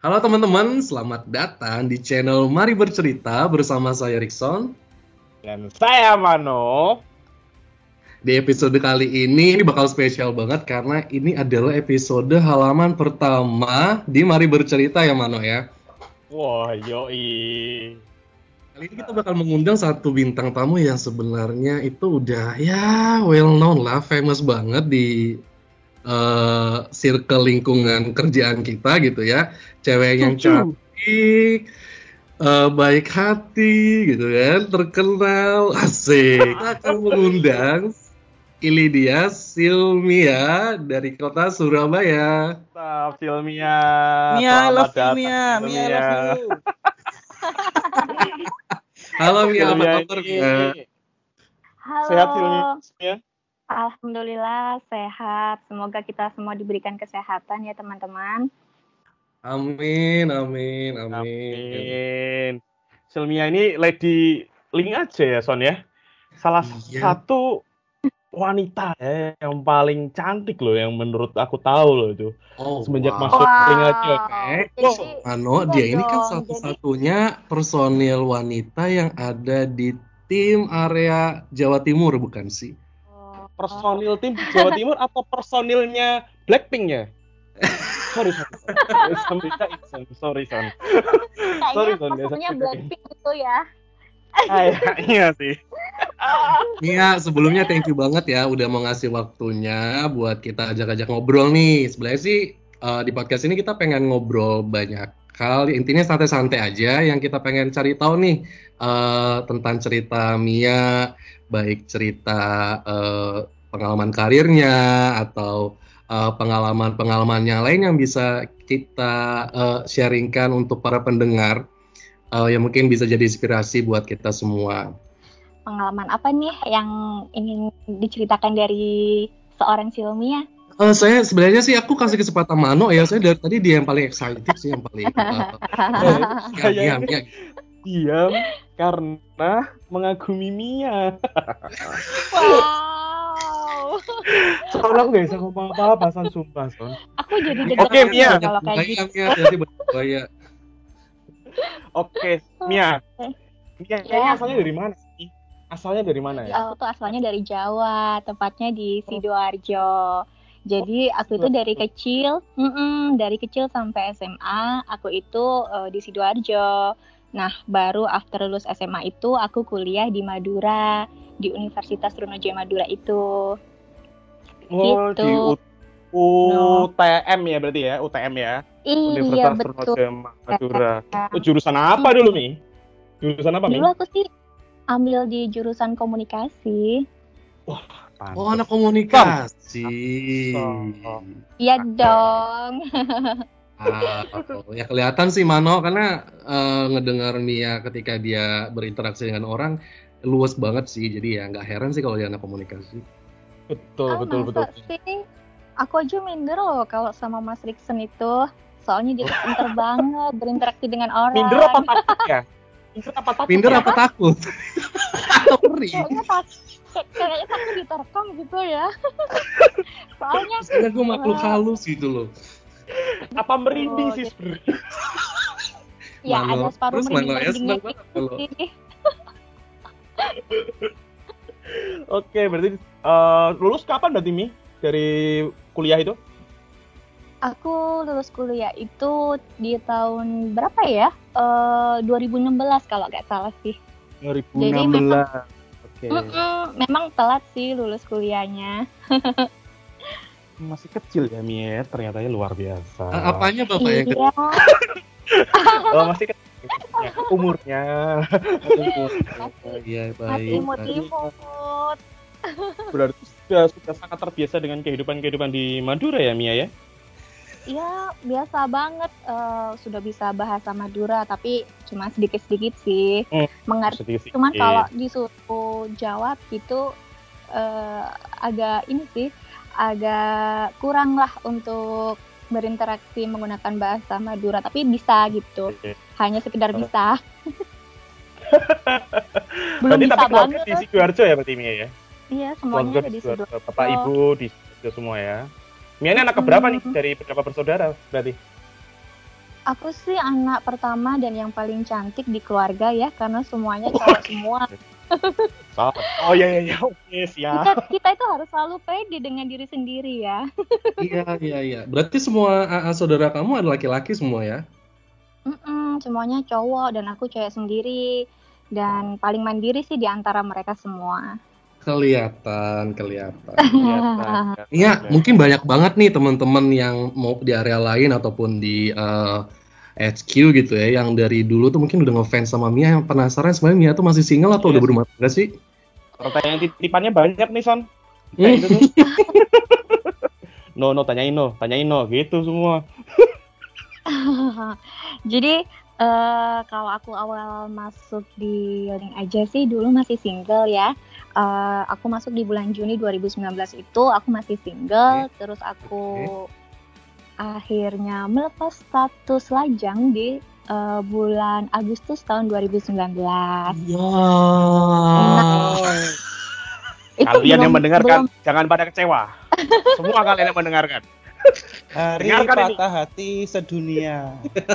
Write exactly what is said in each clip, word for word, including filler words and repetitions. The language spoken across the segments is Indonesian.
Halo teman-teman, selamat datang di channel Mari Bercerita bersama saya Rickson. Dan saya Mano. Di episode kali ini, ini bakal spesial banget karena ini adalah episode halaman pertama di Mari Bercerita ya Mano ya. Wah, yoi. Kali ini kita bakal mengundang satu bintang tamu yang sebenarnya itu udah ya well known lah, famous banget di uh, circle lingkungan kerjaan kita gitu ya. Cewek yang cantik, uh, baik hati gitu kan, terkenal, asik. Kita akan mengundang Ilidia Silmia dari kota Surabaya. Mantap, Silmia. Mia, I love you, datang, Mia. Mia, I love you. Halo Mia, apa Silmia kabar ini- Mia? Halo. Sehat Silmia? Alhamdulillah sehat. Semoga kita semua diberikan kesehatan ya teman-teman. Amin, amin, amin. Amin. Silmia ini lady link aja ya, Son ya. Salah Iya. satu wanita ya, yang paling cantik loh, yang menurut aku tahu loh itu. Oh, Semenjak wow. masuk link aja. Eh, Jadi, Mano, iya dia ini kan dong, satu-satunya personil wanita yang ada di tim area Jawa Timur, bukan sih? Personil tim Jawa Timur atau personilnya Blackpink-nya? Sorry, sorry. Sorry, sorry, sorry, sorry. Sorry, kayaknya Son, maksudnya biasa- Blackpink itu ya. Ah, ya, iya sih. Mia, sebelumnya thank you banget ya udah mau ngasih waktunya buat kita ajak-ajak ngobrol nih. Sebenarnya sih eh, di podcast ini kita pengen ngobrol banyak hal, intinya santai-santai aja yang kita pengen cari tahu nih eh, tentang cerita Mia, baik cerita eh, pengalaman karirnya atau eh, pengalaman-pengalaman yang lain yang bisa kita eh, sharingkan untuk para pendengar eh, yang mungkin bisa jadi inspirasi buat kita semua. Pengalaman apa nih yang ingin diceritakan dari seorang Silmia? Eh, saya sebenarnya sih aku kasih kesempatan Mano ya. Saya dari tadi dia yang paling excited sih, yang paling uh, ya, ya, ya. Diam karena mengagumi Mia. Wow. Soalnya aku gak bisa ngomong apa-apa, Son, sumpah, Son. Aku jadi deg-degan Oke, Mia. loh kalau kayak Bahaya, gitu. Mia, jadi berbahaya. Oke, Mia. Mia ini Ya. asalnya dari mana sih? Asalnya dari mana ya? Aku tuh asalnya dari Jawa, tepatnya di Sidoarjo. Jadi aku itu dari kecil, mm-mm, dari kecil sampai S M A, aku itu eh, di Sidoarjo. Nah, baru after lulus S M A itu aku kuliah di Madura, di Universitas Trunojoyo Madura itu. Oh, gitu. di U- U T M ya berarti ya, U T M ya. Iya, Universitas betul. Trunojoyo Madura. Oh, jurusan apa dulu, Mi? Jurusan apa, Mi? Dulu aku sih ambil di jurusan komunikasi. Pantes. Oh, anak komunikasi. Oh. Iya dong. Ah, oh, ya kelihatan sih Mano karena eh, ngedengar Mia ketika dia berinteraksi dengan orang luas banget sih. Jadi ya nggak heran sih kalau dia anak komunikasi. Betul, Ah, betul, betul. masa sih? Aku aja minder loh kalau sama Mas Rickson itu. Soalnya dia tuh pinter banget berinteraksi dengan orang. Minder apa takut ya? Minder apa takut? Minder ya? apa takut? Atau ngeri? Kayaknya tak, kayaknya takut diterkam gitu ya. Soalnya Sebenarnya gue makhluk halus gitu loh. Apa merinding Oh, sih gitu. sebenarnya? ya Mano. ada separuh Terus Mano ya seneng merinding-merindingnya banget gitu kalau- sih. Oke, berarti eh, lulus kapan berarti, Mi? Dari kuliah itu? Aku lulus kuliah itu di tahun berapa ya? Eh dua ribu enam belas kalau nggak salah sih. dua ribu Jadi enam belas. Oke. Mm-mm, memang telat sih lulus kuliahnya. Masih kecil ya, Mi, ya. Ternyata ya luar biasa. Ah, apanya Bapak yang Iya. Oh, masih kecil. Ya, umurnya. ketemu? Oh, iya, Masih baik. baik. imut-imut. Berarti sudah, sudah sangat terbiasa dengan kehidupan-kehidupan di Madura ya, Mia ya? Ya biasa banget, eh, sudah bisa bahasa Madura tapi cuma sedikit-sedikit sih Hmm, mengerti. Sedikit. Cuman kalau disuruh jawab gitu eh, agak ini sih agak kurang lah untuk berinteraksi menggunakan bahasa Madura, tapi bisa gitu, hanya sekedar Oh. bisa. Belum Berarti bisa tapi keluarga banget. di Sidoarjo ya berarti, Mia ya? Iya, semuanya Keluarga ada di di Sidoarjo. Sidoarjo. Bapak, Ibu di Sidoarjo semua ya? Mia ini anak keberapa nih Hmm. dari berapa bersaudara berarti? Aku sih anak pertama dan yang paling cantik di keluarga ya, karena semuanya cowok semua. Oh iya iya iya, oke Kita siap. kita itu harus selalu pede dengan diri sendiri ya. Iya, iya, iya. Berarti semua A A saudara kamu adalah laki-laki semua ya? Mm-mm, semuanya cowok dan aku cewek sendiri dan paling mandiri sih di antara mereka semua. Kelihatan, kelihatan. Kelihatan, Iya, kelihatan. mungkin banyak banget nih teman-teman yang mau di area lain ataupun di eh, H Q gitu ya, yang dari dulu tuh mungkin udah ngefans sama Mia, yang penasaran sebenarnya Mia tuh masih single atau Iya udah sih. berumah tangga sih? Pertanyaan titipannya banyak nih Son. Kayak Hmm. gitu tuh. No no tanyain no, tanyain no gitu semua. Jadi eh, kalau aku awal masuk di Link aja sih dulu masih single ya. Eh, aku masuk di bulan Juni dua ribu sembilan belas itu aku masih single, terus aku akhirnya melepas status lajang di eh, bulan Agustus tahun dua ribu sembilan belas. Wah. Itu Kalian yang belum- mendengarkan belum- jangan pada kecewa. Semua kalian yang mendengarkan. Hari Dengarkan ini. patah hati sedunia.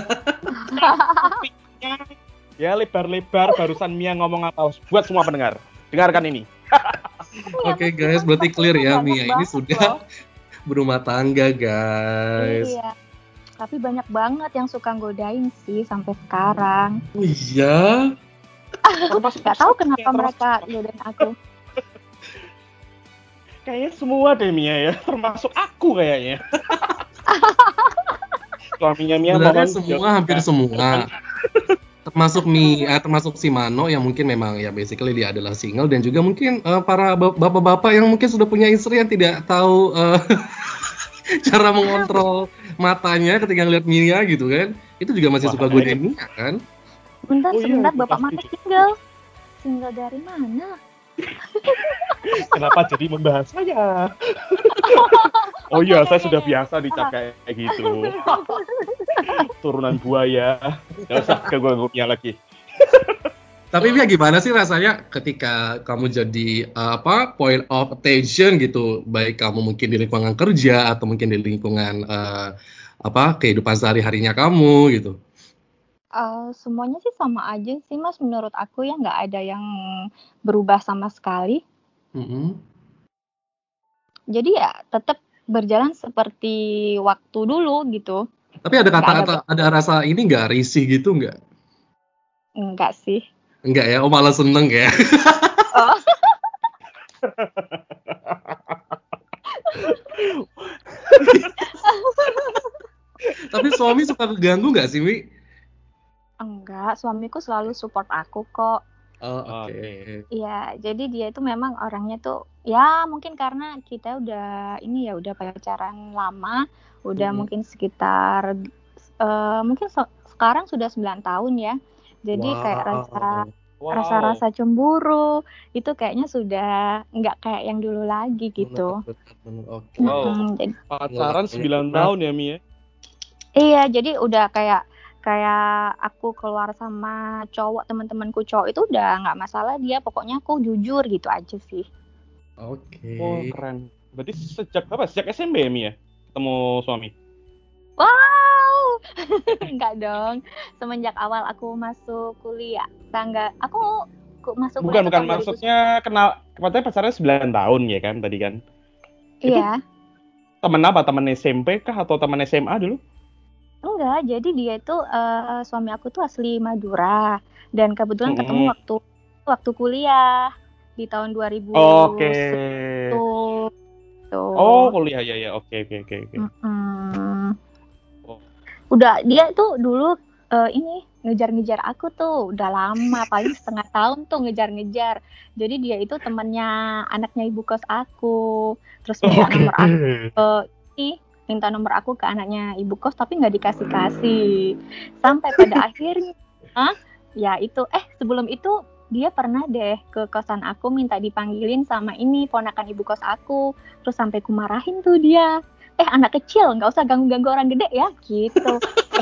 Ya lebar-lebar barusan Mia ngomong apa? Buat semua pendengar. Dengarkan ini. Oke guys, berarti clear ya, Banyak Mia ini banget sudah loh. berumah tangga guys. Iya. Tapi banyak banget yang suka godain sih sampai sekarang. Oh iya. Termasuk Gak tahu kenapa termasuk- mereka godain aku. Kayaknya semua deh Mia ya, termasuk aku kayaknya. Suaminya Mia Sebenarnya mohon semua jauh- hampir semua. Termasuk Mi, eh, termasuk si Mano yang mungkin memang ya basically dia adalah single, dan juga mungkin eh, para bap- bapak-bapak yang mungkin sudah punya istri yang tidak tahu eh, cara mengontrol matanya ketika ngeliat Mia gitu kan. Itu juga masih Wah, suka godain Mia kan. Bentar, Oh iya, sebentar, itu Bapak pasti Mata tuh. single. Single dari mana? Kenapa jadi membahas saya? Oh iya, saya sudah biasa dicap kayak gitu. Turunan buaya. Gak usah ganggu-ganggunya lagi. Tapi Mia gimana sih rasanya ketika kamu jadi eh, apa point of attention gitu, baik kamu mungkin di lingkungan kerja atau mungkin di lingkungan eh, apa kehidupan sehari-harinya kamu gitu. Eh, semuanya sih sama aja sih, Mas. Menurut aku ya nggak ada yang berubah sama sekali. Mm-mm. Jadi ya tetap berjalan seperti waktu dulu gitu. Tapi ada kata Nggak ada, ada- ada rasa ini nggak, risih gitu nggak? Enggak sih. Enggak ya, oh malah seneng ya. Oh. Tapi suami suka keganggu nggak sih, Mi? Enggak, suamiku selalu support aku kok. Oh, oke. Oke. Iya, jadi dia itu memang orangnya tuh ya mungkin karena kita udah ini ya udah pacaran lama, udah Mhm. mungkin sekitar eh, mungkin se- sekarang sudah sembilan tahun ya. Jadi Wow. kayak rasa Wow. rasa-rasa cemburu itu kayaknya sudah nggak kayak yang dulu lagi gitu. Benar, benar, oke. Wow. Mm, jadi, Pacaran sembilan tahun ya Mia? iya, jadi udah kayak kayak aku keluar sama cowok, teman-temanku cowok itu udah nggak masalah, dia pokoknya aku jujur gitu aja sih. Oke. Oh keren. Berarti sejak apa? Sejak S M P ya Mia? Ketemu suami? Wow, enggak dong. Semenjak awal aku masuk kuliah, tangga aku ku- masuk Bukan kuliah bukan tahun dua ribu. maksudnya kenal. Katanya pacarnya sembilan tahun ya kan tadi kan? Iya, Temen apa? Temen S M P kah atau temen S M A dulu? enggak. Jadi dia itu eh, suami aku tuh asli Madura dan kebetulan Mm-mm. ketemu waktu waktu kuliah di tahun dua ribu Oke. satu. Tuh. Oh kuliah ya ya. Oke oke oke oke. Mm-mm. Oh. Udah dia tuh dulu eh, ini ngejar-ngejar aku tuh udah lama, paling setengah tahun tuh ngejar-ngejar. Jadi dia itu temennya anaknya ibu kos aku, terus minta nomor aku ke ini, minta nomor aku ke anaknya ibu kos tapi nggak dikasih-kasih. Sampai pada akhirnya, ah, ya itu eh sebelum itu dia pernah deh ke kosan aku minta dipanggilin sama ini ponakan ibu kos aku, terus sampai kumarahin tuh dia. Eh anak kecil nggak usah ganggu-ganggu orang gede ya gitu.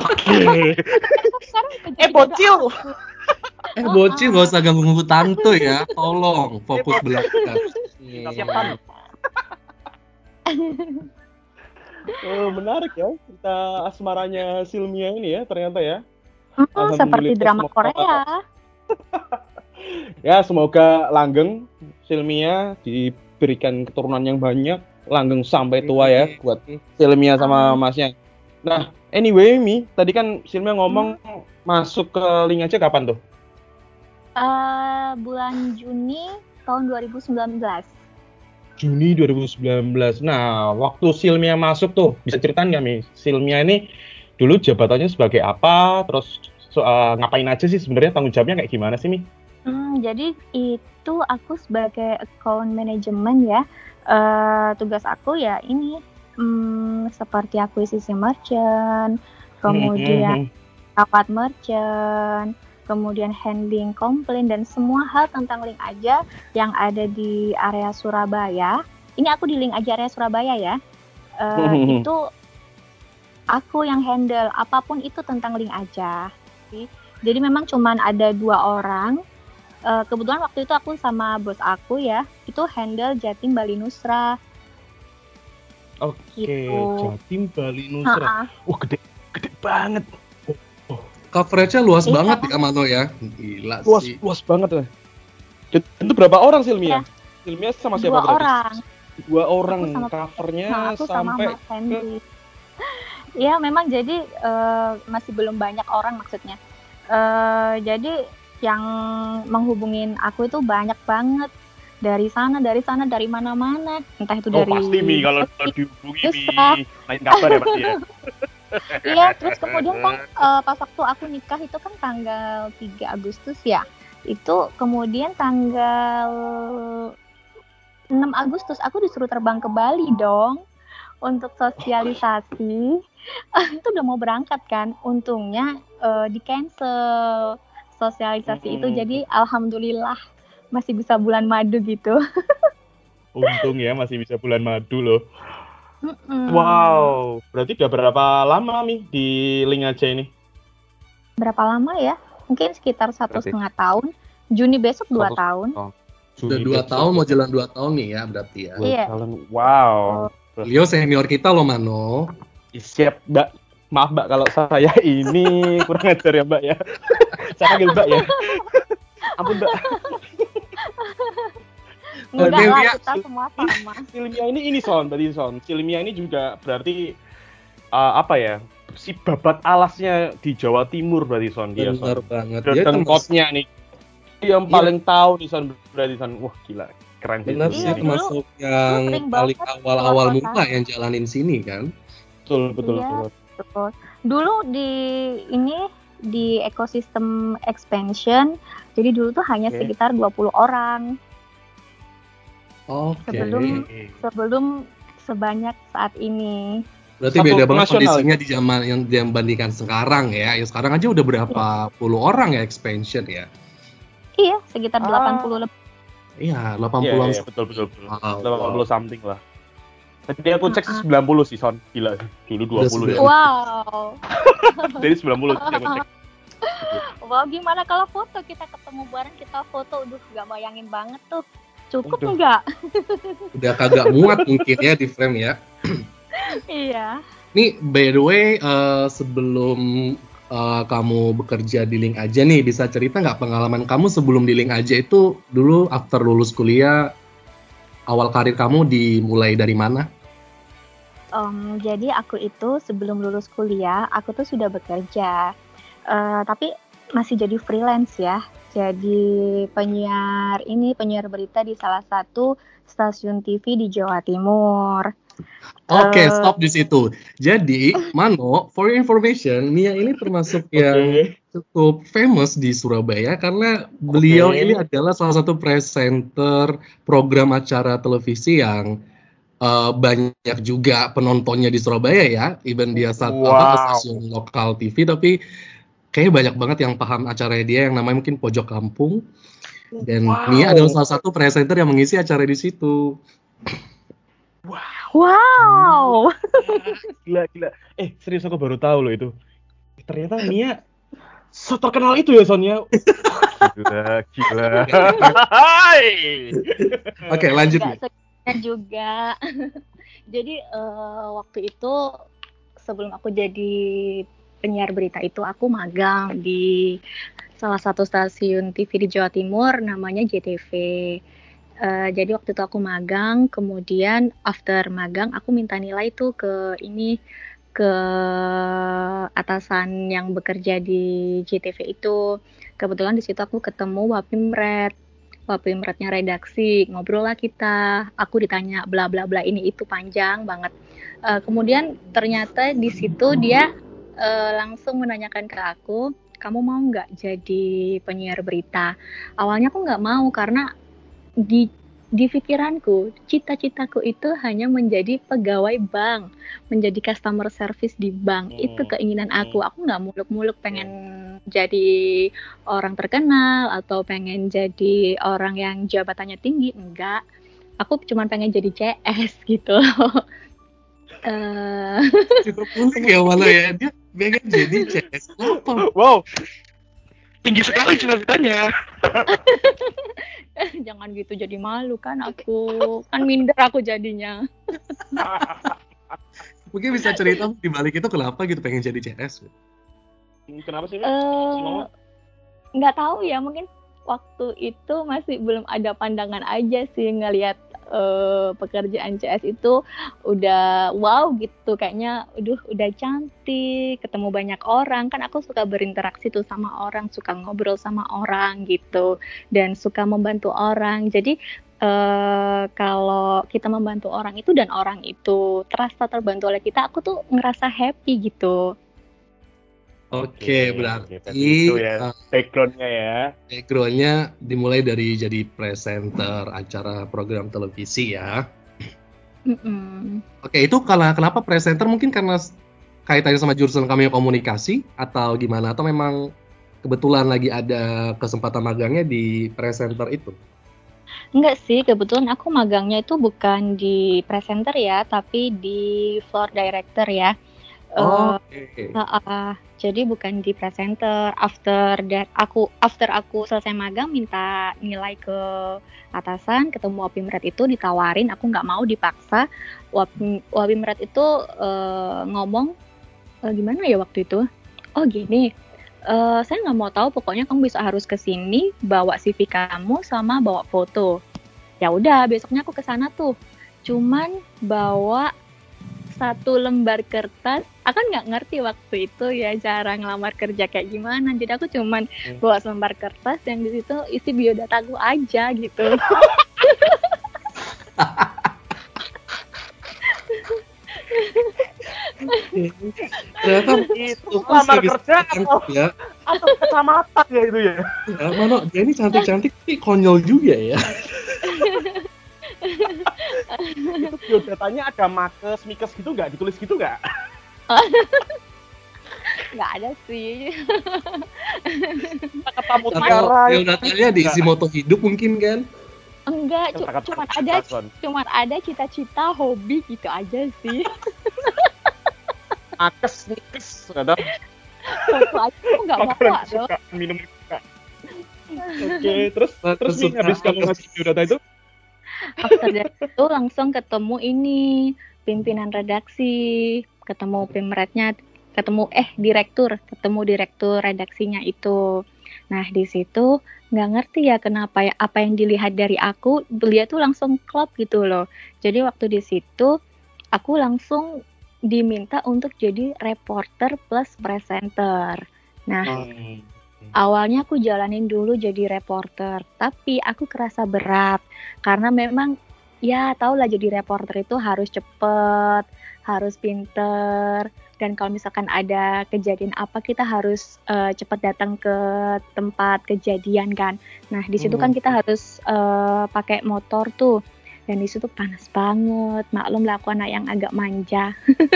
Sekarang Eh bocil. Eh bocil gak usah ganggu-ganggu tante ya, tolong fokus belajar. Siapkan. Oh, menarik ya cerita asmaranya Silmia ini ya ternyata ya. Mm, seperti Alhamdulillah, drama semoga- Korea. Ya, semoga langgeng Silmia diberikan keturunan yang banyak, langgeng sampai tua ya buat Silmia sama Amin. masnya. Nah, anyway, Mi, tadi kan Silmia ngomong masuk ke link aja kapan tuh? Eh, bulan Juni tahun dua ribu sembilan belas. Juni dua ribu sembilan belas. Nah, waktu Silmia masuk tuh, bisa ceritain nggak, Mi? Silmia ini dulu jabatannya sebagai apa? Terus so- uh, ngapain aja sih sebenarnya, tanggung jawabnya kayak gimana sih, Mi? Hmm, jadi itu aku sebagai account management ya. Eh, tugas aku ya ini hmm, seperti akuisisi merchant, kemudian rawat merchant, kemudian handling komplain dan semua hal tentang link aja yang ada di area Surabaya. Ini aku di link aja area Surabaya ya. Eh, itu aku yang handle apapun itu tentang link aja. Jadi memang cuman ada dua orang. Eh, kebetulan waktu itu aku sama bos aku ya, itu handle Jatim Bali Nusra. Oke, Gitu. Jatim Bali Nusra. Ha-ha. Wah, gede, gede banget. Coveragenya luas Iya. banget ya Mano ya. Gila Luas, sih. luas banget lah. Itu berapa orang Silmia? Iya. Silmia sama Dua siapa berarti? orang. Dua orang Aku sama- covernya Nah, aku sama sampai Mas Henry. Ya, memang jadi eh, masih belum banyak orang maksudnya. Eh, jadi yang menghubungin aku itu banyak banget dari sana, dari sana, dari mana-mana. Entah itu Oh, dari pasti Mi kalau dihubungi Mi. Bisa. Lain kabar ya pasti ya. Iya, terus kemudian kan eh, pas waktu aku nikah itu kan tanggal tiga Agustus ya. Itu kemudian tanggal enam Agustus aku disuruh terbang ke Bali dong untuk sosialisasi. Itu udah mau berangkat kan. Untungnya eh, di cancel sosialisasi itu. Mm-mm. Jadi alhamdulillah masih bisa bulan madu gitu. Untung ya masih bisa bulan madu loh. Mm-mm. Wow, berarti udah berapa lama Mi di link aja ini? Berapa lama ya? Mungkin sekitar satu Berarti- setengah tahun. Juni besok dua Satu- tahun. Udah Juni dua besok. tahun mau jalan dua tahun nih ya berarti ya. Dua Iya. tahun. Wow. Leo senior kita loh Mano. Siap, Mbak. Maaf, Mbak, kalau saya ini kurang ajar ya, Mbak ya. Saya panggil Mbak ya. Ampun, Mbak. Enggak Oke, lah, Lia. kita semua sama. Silmia ini ini Son, berarti Son. Silmia ini juga berarti uh, apa ya? Si babat alasnya di Jawa Timur berarti Son dia Benar Son. banget. Dan Dia termasuk, tempat-nya nih. Yang Iya. paling tahu nih Son berarti Son. Wah, gila. Keren sih. benar Iya, sih Silmia. dulu- termasuk yang sering paling banget awal-awal keluar mula kota. yang jalanin sini kan. Betul, betul, Iya. betul. Betul. Dulu di ini di ekosistem expansion, jadi dulu tuh hanya Oke. sekitar dua puluh orang Oke. Sebelum- sebelum sebanyak saat ini. Berarti Satu beda banget nasional. kondisinya di zaman yang dibandingkan sekarang ya. Ya sekarang aja udah berapa puluh orang ya expansion ya. Iya, sekitar Ah. delapan puluh lebih. Iya, delapan Iya, puluhan. iya, betul, betul, betul. Wow, delapan puluh wow. something lah. Tadi aku cek sih sembilan puluh sih, Son. Gila sih. Dulu dua puluh ya. Udah Wow. Jadi sembilan puluh sih aku cek. Wow, gimana kalau foto kita ketemu bareng kita foto, udah gak bayangin banget tuh. Cukup Udah. nggak? Udah kagak muat mungkin ya di frame ya. Iya. Nih, by the way, eh, sebelum eh, kamu bekerja di Link Aja nih, bisa cerita nggak pengalaman kamu sebelum di Link Aja itu dulu after lulus kuliah, awal karir kamu dimulai dari mana? Em, jadi aku itu sebelum lulus kuliah, aku tuh sudah bekerja, Eh, tapi masih jadi freelance ya. Jadi penyiar ini penyiar berita di salah satu stasiun T V di Jawa Timur. Oke, Eh. stop di situ. Jadi, Mano, for your information, Mia ini termasuk yang cukup famous di Surabaya karena beliau Oke. ini adalah salah satu presenter program acara televisi yang uh, banyak juga penontonnya di Surabaya ya. Even dia satu Wow. apa, stasiun lokal T V, tapi kayaknya banyak banget yang paham acaranya dia yang namanya mungkin Pojok Kampung. Dan Wow. Mia adalah salah satu presenter yang mengisi acara di situ. Wow. Gila, gila. Eh, serius aku baru tahu loh itu. Ternyata Mia seterkenal itu ya, Sonia. Gila, gila. Hai. Oke, lanjut. Nggak Mia. segitu juga. Jadi eh, waktu itu sebelum aku jadi penyiar berita itu aku magang di salah satu stasiun T V di Jawa Timur namanya J T V. Uh, jadi waktu itu aku magang, kemudian after magang aku minta nilai tuh ke ini ke atasan yang bekerja di J T V itu. Kebetulan di situ aku ketemu Wapimret, Wapimretnya redaksi, ngobrol lah kita. Aku ditanya bla bla bla ini itu panjang banget. Uh, kemudian ternyata di situ dia uh, langsung menanyakan ke aku, kamu mau nggak jadi penyiar berita? Awalnya aku nggak mau karena di di pikiranku, cita-citaku itu hanya menjadi pegawai bank, menjadi customer service di bank. Hmm. Itu keinginan aku. Aku nggak muluk-muluk pengen hmm. jadi orang terkenal atau pengen jadi orang yang jabatannya tinggi. Enggak. Aku cuma pengen jadi C S gitu. uh, Cukup unik ya malah ya. Dia pengen jadi C S. Apa? Wow. Tinggi sekali cita-citanya. Jangan gitu, jadi malu kan aku. Kan minder aku jadinya. Mungkin bisa cerita di balik itu kenapa gitu pengen jadi C S? Kenapa sih? Uh, nggak tahu ya, mungkin waktu itu masih belum ada pandangan aja sih ngelihat uh, pekerjaan C S itu udah wow gitu, kayaknya udah udah cantik, ketemu banyak orang, kan aku suka berinteraksi tuh sama orang, suka ngobrol sama orang gitu, dan suka membantu orang. Jadi uh, kalau kita membantu orang itu dan orang itu terasa terbantu oleh kita, aku tuh ngerasa happy gitu. Oke, berarti itu ya background-nya ya. Background-nya dimulai dari jadi presenter acara program televisi ya. Mm-mm. Oke, itu kalau kenapa presenter, mungkin karena kaitannya sama jurusan kami komunikasi atau gimana, atau memang kebetulan lagi ada kesempatan magangnya di presenter itu? Enggak sih, kebetulan aku magangnya itu bukan di presenter ya, tapi di floor director ya. Oh, uh, okay. uh, uh, jadi bukan di presenter. After that aku after aku selesai magang minta nilai ke atasan, ketemu Wapimret itu ditawarin, aku nggak mau, dipaksa. Wapimret itu uh, ngomong uh, gimana ya waktu itu? Oh gini, uh, saya nggak mau tahu, pokoknya kamu bisa harus kesini bawa C V kamu sama bawa foto. Ya udah, besoknya aku kesana tuh, cuman bawa satu lembar kertas. Aku kan nggak ngerti waktu itu ya cara ngelamar kerja kayak gimana, jadi aku cuman hmm. bawa selembar kertas yang di situ isi biodataku aja gitu. Ternyata itu lamar kerja atau ya? Atau kecamatan ya itu ya? Ya mana dia ini cantik-cantik tapi konyol juga ya. Itu biodatanya ada makes, mikes gitu nggak? Ditulis gitu nggak? Nggak ada sih. Kata mutiara. Biodatanya diisi moto hidup mungkin kan? Enggak, cu- cuma ada cuma ada cita-cita, hobi gitu aja sih. Makes, mikes, ada. Foto aja aku nggak bawa loh. Minum juga. Oke, terus terus nih habis kamu ngasih biodata itu? After that itu langsung ketemu ini pimpinan redaksi, ketemu pimretnya, ketemu eh direktur, ketemu direktur redaksinya itu. Nah di situ nggak ngerti ya kenapa ya, apa yang dilihat dari aku, beliau tuh langsung klop gitu loh. Jadi waktu di situ aku langsung diminta untuk jadi reporter plus presenter. Nah hmm. awalnya aku jalanin dulu jadi reporter, tapi aku kerasa berat karena memang ya tau lah, jadi reporter itu harus cepet, harus pinter, dan kalau misalkan ada kejadian apa kita harus uh, cepet datang ke tempat kejadian kan. Nah di situ hmm. kan kita harus uh, pakai motor tuh, dan di situ panas banget, maklum lah aku anak yang agak manja.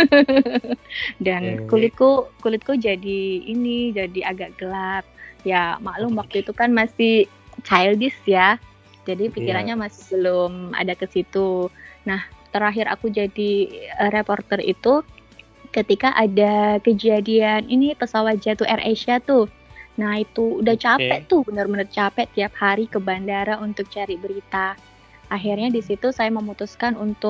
Dan kulitku kulitku jadi ini jadi agak gelap. Ya maklum waktu itu kan masih childish ya, jadi pikirannya yeah. masih belum ada ke situ. Nah terakhir aku jadi uh, reporter itu ketika ada kejadian ini pesawat jatuh AirAsia tuh. Nah itu udah capek okay. tuh, benar-benar capek tiap hari ke bandara untuk cari berita. Akhirnya di situ saya memutuskan untuk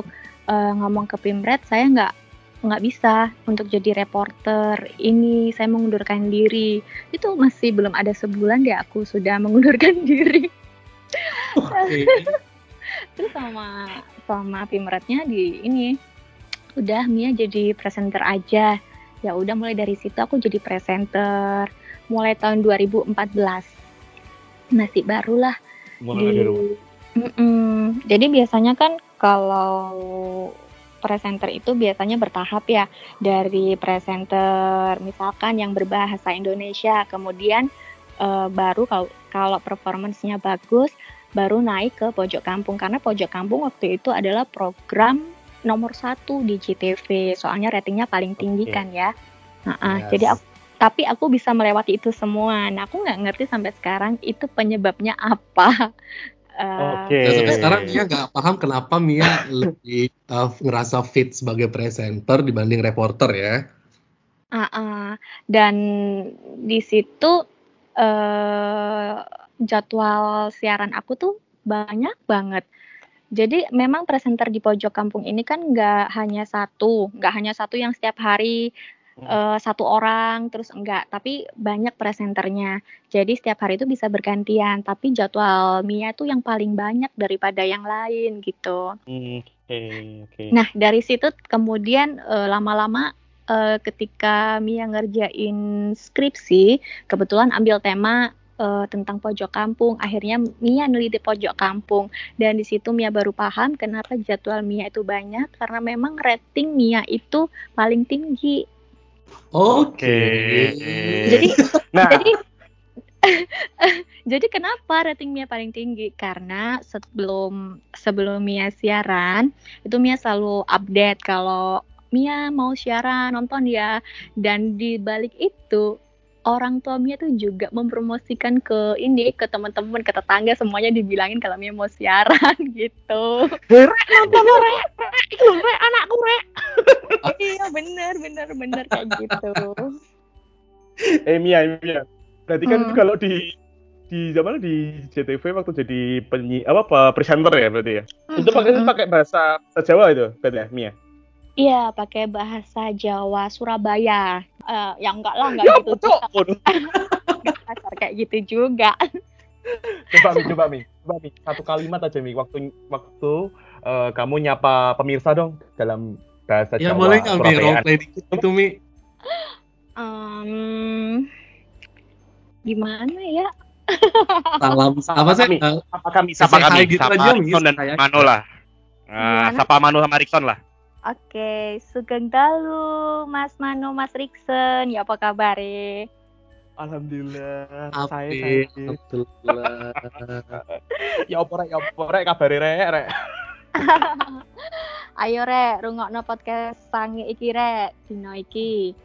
uh, ngomong ke Pimret saya nggak nggak bisa untuk jadi reporter ini, saya mengundurkan diri. Itu masih belum ada sebulan deh aku sudah mengundurkan diri. Oke. Terus sama sama Pimretnya di ini udah Mia jadi presenter aja. Ya udah mulai dari situ aku jadi presenter mulai tahun dua ribu empat belas. Masih barulah Mulai di dari rumah. Mm-mm. Jadi biasanya kan kalau presenter itu biasanya bertahap ya, dari presenter misalkan yang berbahasa Indonesia, kemudian uh, baru kalau kalau performance-nya bagus baru naik ke Pojok Kampung, karena Pojok Kampung waktu itu adalah program nomor satu di J T V, soalnya ratingnya paling tinggi Oke. kan ya. Nah, Yes. jadi aku tapi aku bisa melewati itu semua. Nah, aku nggak ngerti sampai sekarang itu penyebabnya apa. Uh, Oke. Dan sampai sekarang Mia nggak paham kenapa Mia lebih uh, ngerasa fit sebagai presenter dibanding reporter ya. uh-uh. Dan di situ uh, jadwal siaran aku tuh banyak banget. Jadi memang presenter di Pojok Kampung ini kan nggak hanya satu, nggak hanya satu yang setiap hari uh, satu orang, terus enggak, tapi banyak presenternya. Jadi setiap hari itu bisa bergantian, tapi jadwal Mia tuh yang paling banyak daripada yang lain gitu. Hmm, Oke, oke. Nah, dari situ kemudian uh, lama-lama uh, ketika Mia ngerjain skripsi, kebetulan ambil tema uh, tentang pojok kampung. Akhirnya Mia neliti pojok kampung, dan di situ Mia baru paham kenapa jadwal Mia itu banyak, karena memang rating Mia itu paling tinggi. Oke. Jadi, Nah, jadi jadi kenapa rating Mia paling tinggi? Karena sebelum sebelum Mia siaran itu Mia selalu update kalau Mia mau siaran, nonton ya. Dan di balik itu orang tua Mia tuh juga mempromosikan ke ini, ke teman-teman, ke tetangga, semuanya dibilangin kalau Mia mau siaran gitu. Rek nonton lo, Rek. Rek, iki lho, Rek, anakku, Rek. Iya, bener bener bener kayak gitu. Eh Mia, Mia. Berarti kan Hmm. itu kalau di di zaman di J T V waktu jadi penyi apa apa presenter ya berarti ya. Itu pakai Mm-mm. pakai bahasa Jawa itu berarti ya, Mia. Iya, pakai bahasa Jawa Surabaya. Eh, ya enggak lah, enggak Ya, gitu cok. juga. Waduh. Enggak kasar kayak gitu juga. Coba Mi, coba Mi. Coba Mi, satu kalimat aja Mi waktu waktu eh, kamu nyapa pemirsa dong dalam bahasa Ya Jawa boleh nggak Mi Surabayaan. roleplay dikit gitu Mi? Em, gimana ya? Salam apa sih? Mi, Uh, Sapa kami, Sapa sapa kami, gitu sapa aja, Mi, Rikson dan saya. Mano lah. Nah, Gimana? sapa Mano sama Rikson lah. Oke, Sugeng Dalu, Mas Mano, Mas Riksen. Ya apa kabar ya? Alhamdulillah, saya Api, saya. Alhamdulillah. Ya opo rek, ya opo rek kabare rek, rek. Ayo rek, rungokno podcast sange iki rek, dino iki.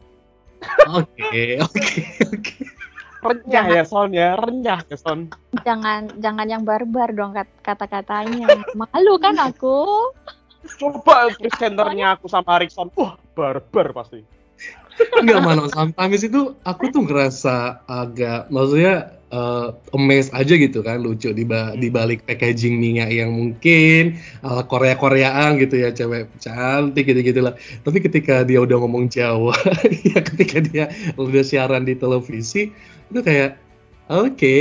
Oke, oke, oke. Renyah ya Son ya, renyah ya Son. Jangan jangan yang barbar dong kat- kata-katanya. Malu kan aku. Coba presenternya aku sama Rikson, wah barbar pasti. Enggak Mano, sometimes itu aku tuh ngerasa agak, maksudnya uh, amazed aja gitu kan, lucu di ba- di balik packaging minyak yang mungkin ala Korea-Koreaan gitu ya, cewek cantik gitu-gitu lah. Tapi ketika dia udah ngomong Jawa, ya ketika dia udah siaran di televisi, itu kayak oke.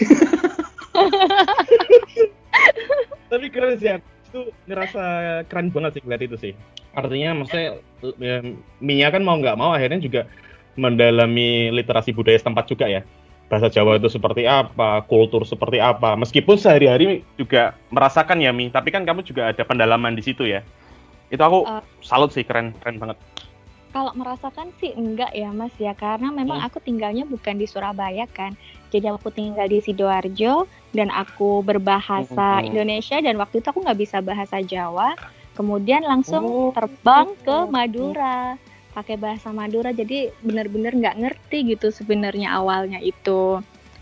Tapi keren sih, aku itu ngerasa keren banget sih ngeliat itu sih. Artinya maksudnya ya, Mia kan mau nggak mau akhirnya juga mendalami literasi budaya setempat juga ya. Bahasa Jawa itu seperti apa, kultur seperti apa. Meskipun sehari-hari juga merasakan ya Mi, tapi kan kamu juga ada pendalaman di situ ya. Itu aku Uh, salut sih, keren keren banget. Kalau merasakan sih enggak ya Mas ya, karena memang Hmm. aku tinggalnya bukan di Surabaya kan. Jadi aku tinggal di Sidoarjo dan aku berbahasa Hmm. Indonesia, dan waktu itu aku nggak bisa bahasa Jawa. Kemudian langsung Oh. terbang ke Madura pakai bahasa Madura, jadi benar-benar nggak ngerti gitu sebenarnya awalnya itu.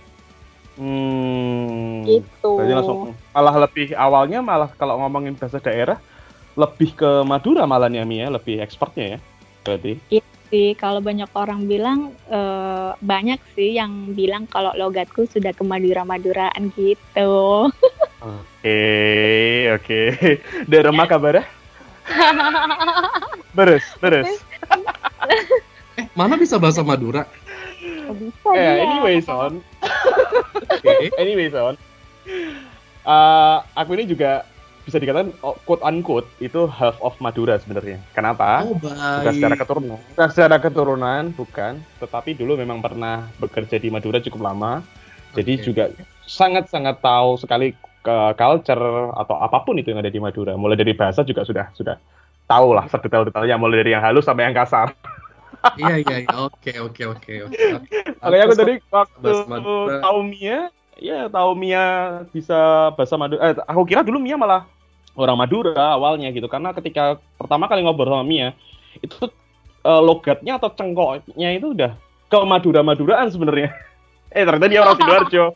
Hmm. Gitu. Berarti langsung malah lebih awalnya malah kalau ngomongin bahasa daerah lebih ke Madura malahnya Mi ya, lebih expertnya ya. Berarti. Sih, kalau banyak orang bilang eh, banyak sih yang bilang kalau logatku sudah ke Madura-Maduraan gitu. Oke, oke. Dari rumah kabarnya? Beres, beres. Eh, mana bisa bahasa Madura? Oh, bisa Eh, dia. anyway, Son. Oke. Anyway, Son. Uh, aku ini juga bisa dikatakan oh, quote unquote itu half of Madura sebenarnya. Kenapa? Oh, Bukan secara baik. keturunan. Bukan secara keturunan, bukan. Tetapi dulu memang pernah bekerja di Madura cukup lama. Jadi Oke. juga sangat-sangat tahu sekali ke culture atau apapun itu yang ada di Madura. Mulai dari bahasa juga sudah sudah tahu lah sedetail-detailnya. Mulai dari yang halus sampai yang kasar. Iya, iya, iya. Oke, oke, oke, oke. Oke. Makanya aku Pantes tadi kok waktu bahasa Madura. tahu Mia, ya tahu Mia bisa bahasa Madura. Eh, aku kira dulu Mia malah orang Madura awalnya gitu. Karena ketika pertama kali ngobrol sama Mia, itu tuh, eh, logatnya atau cengkoknya itu udah ke Madura-Maduraan sebenarnya. Eh ternyata dia orang Sidoarjo.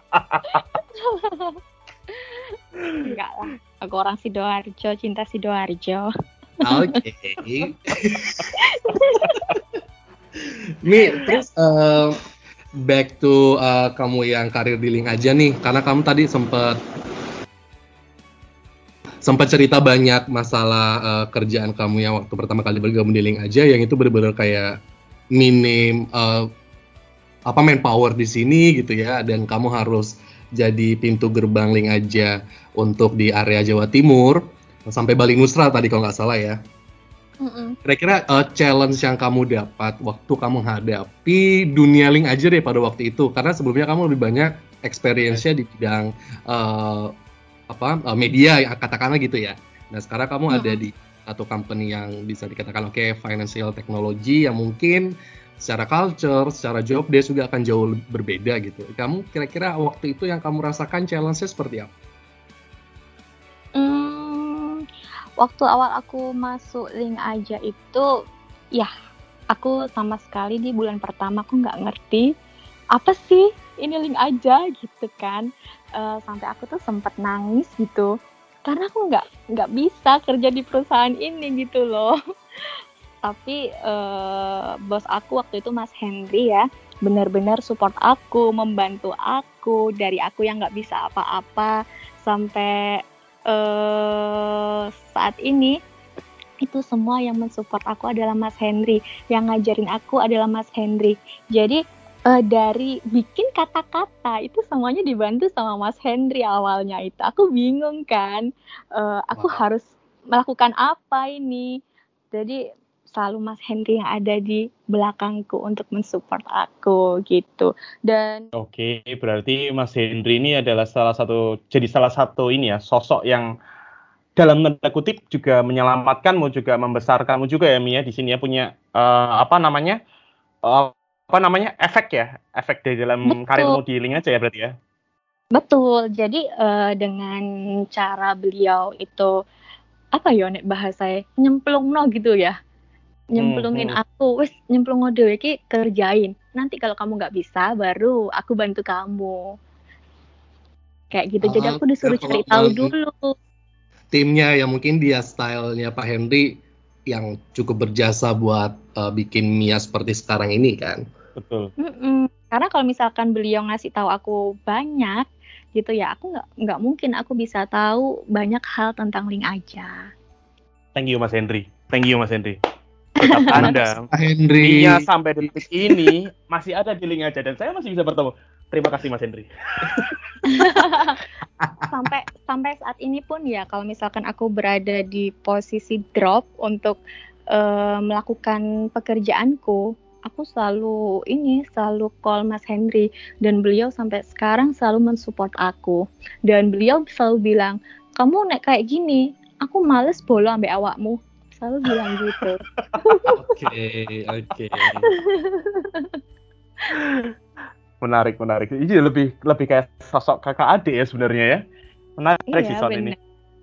Enggak lah. Aku orang Sidoarjo, cinta Sidoarjo. Oke. Nih, terus eh, back to eh, kamu yang karir di Link aja nih, karena kamu tadi sempat sempat cerita banyak masalah eh, kerjaan kamu yang waktu pertama kali bergabung di Link aja, yang itu benar-benar kayak minim eh, apa manpower di sini gitu ya, dan kamu harus jadi pintu gerbang Link aja untuk di area Jawa Timur sampai Bali Nusra tadi kalau nggak salah ya. Mm-mm. Kira-kira uh, challenge yang kamu dapat waktu kamu hadapi dunia Link aja deh pada waktu itu, karena sebelumnya kamu lebih banyak experience-nya di bidang uh, apa uh, media ya, katakanlah gitu ya. Nah sekarang kamu Mm-mm. ada di satu company yang bisa dikatakan oke okay, financial technology yang mungkin secara culture, secara job desk juga akan jauh berbeda gitu. Kamu kira-kira waktu itu yang kamu rasakan challenge-nya seperti apa? Hmm, waktu awal aku masuk Link aja itu, ya aku sama sekali di bulan pertama aku nggak ngerti apa sih ini Link aja gitu kan. Eh, sampai aku tuh sempat nangis gitu karena aku nggak nggak bisa kerja di perusahaan ini gitu loh. Tapi eh, bos aku waktu itu Mas Henry ya benar-benar support aku, membantu aku dari aku yang nggak bisa apa-apa sampai eh, saat ini itu semua yang mensupport aku adalah Mas Henry, yang ngajarin aku adalah Mas Henry. Jadi eh, dari bikin kata-kata itu semuanya dibantu sama Mas Henry awalnya itu. Aku bingung kan, eh, aku Wow. harus melakukan apa ini. Jadi selalu Mas Henry yang ada di belakangku untuk mensupport aku gitu. Dan Oke, berarti Mas Henry ini adalah salah satu, jadi salah satu ini ya, sosok yang dalam tanda kutip juga menyelamatkanmu, juga membesarkanmu juga ya Mia di sini ya, punya eh, apa namanya, eh, apa namanya efek ya, efek dari dalam betul, karirmu di Link aja ya berarti ya. betul. Jadi eh, dengan cara beliau itu apa ya nek bahasanya nyemplungno gitu ya. Nyemplungin Hmm, hmm. aku, wes nyemplung dhewe iki kerjain. Nanti kalau kamu nggak bisa, baru aku bantu kamu. Kayak gitu. Jadi Uh, aku disuruh kalau cari tahu um, dulu. timnya ya mungkin dia stylenya Pak Henry yang cukup berjasa buat uh, bikin Mia seperti sekarang ini kan. Betul. Mm-mm. Karena kalau misalkan beliau ngasih tahu aku banyak, gitu ya, aku nggak nggak mungkin aku bisa tahu banyak hal tentang Link aja. Thank you Mas Henry. Thank you Mas Henry. Tetap Anda, Pak Henry. Mia sampai detik ini masih ada di Link aja dan saya masih bisa bertemu. Terima kasih Mas Henry. sampai sampai saat ini pun ya, kalau misalkan aku berada di posisi drop untuk eh, melakukan pekerjaanku, aku selalu ini selalu call Mas Henry, dan beliau sampai sekarang selalu mensupport aku, dan beliau selalu bilang, kamu nek kayak gini aku males bolo ambek awakmu, selalu bilang gitu. Oke, oke. Menarik, menarik. Ini lebih lebih kayak sosok kakak adik ya sebenarnya ya. Menarik sih Iya soal ini. benar.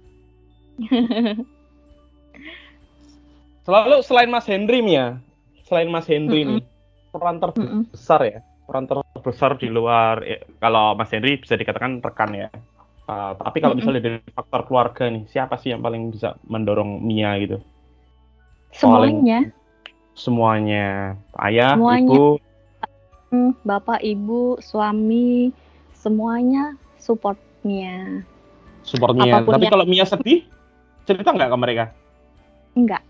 Selalu selain Mas Henry Mia, selain Mas Henry Mm-mm. nih, peran Mm-mm. terbesar ya, peran terbesar di luar ya, kalau Mas Henry bisa dikatakan rekan ya. Uh, tapi kalau Mm-mm. misalnya dari faktor keluarga nih, siapa sih yang paling bisa mendorong Mia gitu? Semuanya, Semuanya, ayah, semuanya. ibu, Hmm, bapak, ibu, suami, semuanya supportnya. support Mia. Apapun Tapi yang kalau Mia sedih, cerita nggak ke mereka? Enggak.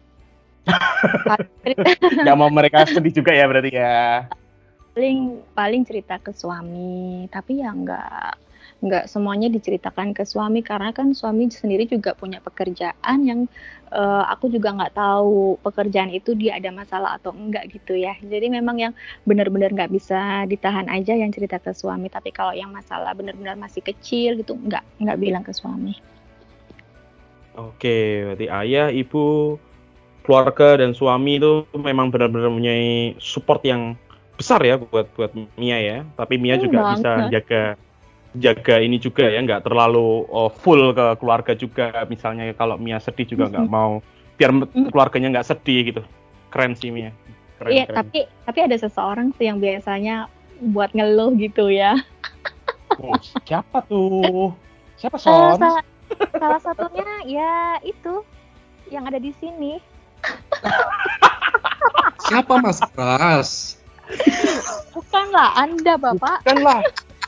Nggak mau mereka sedih juga ya berarti ya. paling paling cerita ke suami, tapi ya enggak enggak semuanya diceritakan ke suami karena kan suami sendiri juga punya pekerjaan yang eh, aku juga nggak tahu pekerjaan itu dia ada masalah atau enggak gitu ya. Jadi memang yang benar-benar nggak bisa ditahan aja yang cerita ke suami. Tapi kalau yang masalah benar-benar masih kecil gitu nggak nggak bilang ke suami. Oke, berarti ayah, ibu, keluarga dan suami itu memang benar-benar mempunyai support yang besar ya buat buat Mia ya. Tapi Mia Hmm, juga banget. bisa jaga jaga ini juga ya, nggak terlalu oh, full ke keluarga juga. Misalnya kalau Mia sedih juga nggak mau biar Mm. keluarganya nggak sedih gitu. Keren sih Mia. Keren, Iya, keren. tapi tapi ada seseorang sih yang biasanya buat ngeluh gitu ya. Oh, siapa tuh? Siapa Salah, Son? sa- salah satunya ya itu yang ada di sini. Siapa Mas Pras? Bukanlah Anda, Bapak. Kan lah.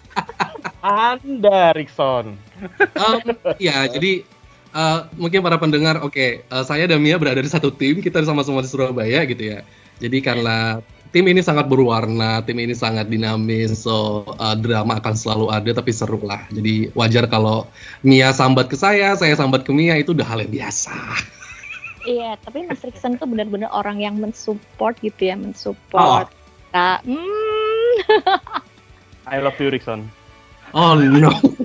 Anda, Rickson. Um, ya, jadi uh, mungkin para pendengar, oke, uh, saya dan Mia berada di satu tim, kita sama-sama di Surabaya gitu ya. Jadi karena tim ini sangat berwarna, tim ini sangat dinamis, so uh, drama akan selalu ada, tapi seru lah. Jadi wajar kalau Mia sambat ke saya, saya sambat ke Mia, itu udah hal yang biasa. Iya, tapi Mas Rickson tuh benar-benar orang yang mensupport gitu ya, mensupport. Nah, hmm, I love you, Rickson. Oh no.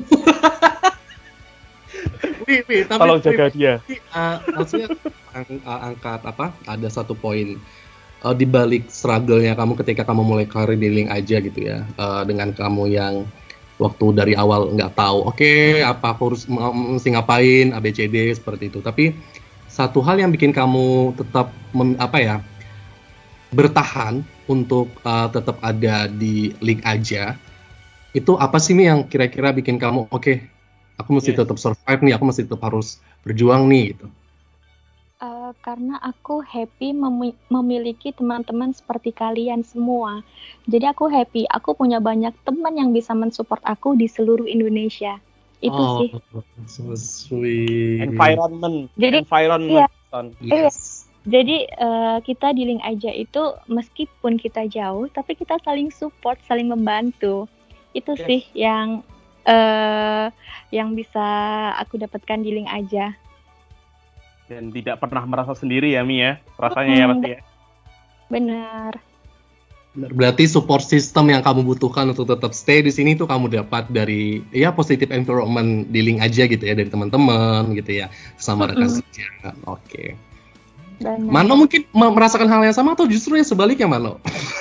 Wih, wih, tapi Tolong jaga dia. Tapi, uh, maksudnya ang- uh, angkat apa? Ada satu poin uh, di balik struggle-nya kamu ketika kamu mulai karir di Link aja gitu ya, uh, dengan kamu yang waktu dari awal nggak tahu, oke apa aku harus m- mesti ngapain, A B C D seperti itu. Tapi satu hal yang bikin kamu tetap mem- apa ya bertahan untuk uh, tetap ada di Link aja, itu apa sih Mi yang kira-kira bikin kamu oke? Aku mesti Yes. tetap survive nih, aku mesti tetap harus berjuang nih gitu. eh, karena aku happy memi- memiliki teman-teman seperti kalian semua. Jadi aku happy, aku punya banyak teman yang bisa mensupport aku di seluruh Indonesia. Itu Oh, sih. so sweet. Environment. Jadi, Environment. iya. Son. Yes. Jadi eh, kita di Link aja itu meskipun kita jauh, tapi kita saling support, saling membantu. Itu Yes. sih yang eh yang bisa aku dapatkan di Link aja. Dan tidak pernah merasa sendiri ya, Mi ya. Rasanya ya Mm, pasti ya. Benar. Benar. Berarti support system yang kamu butuhkan untuk tetap stay di sini tuh kamu dapat dari ya positive environment di Link aja gitu ya, dari teman-teman gitu ya, sama rekan Mm-mm. kerja. Oke. Benar. Mano mungkin me- merasakan hal yang sama atau justru yang sebaliknya Mano?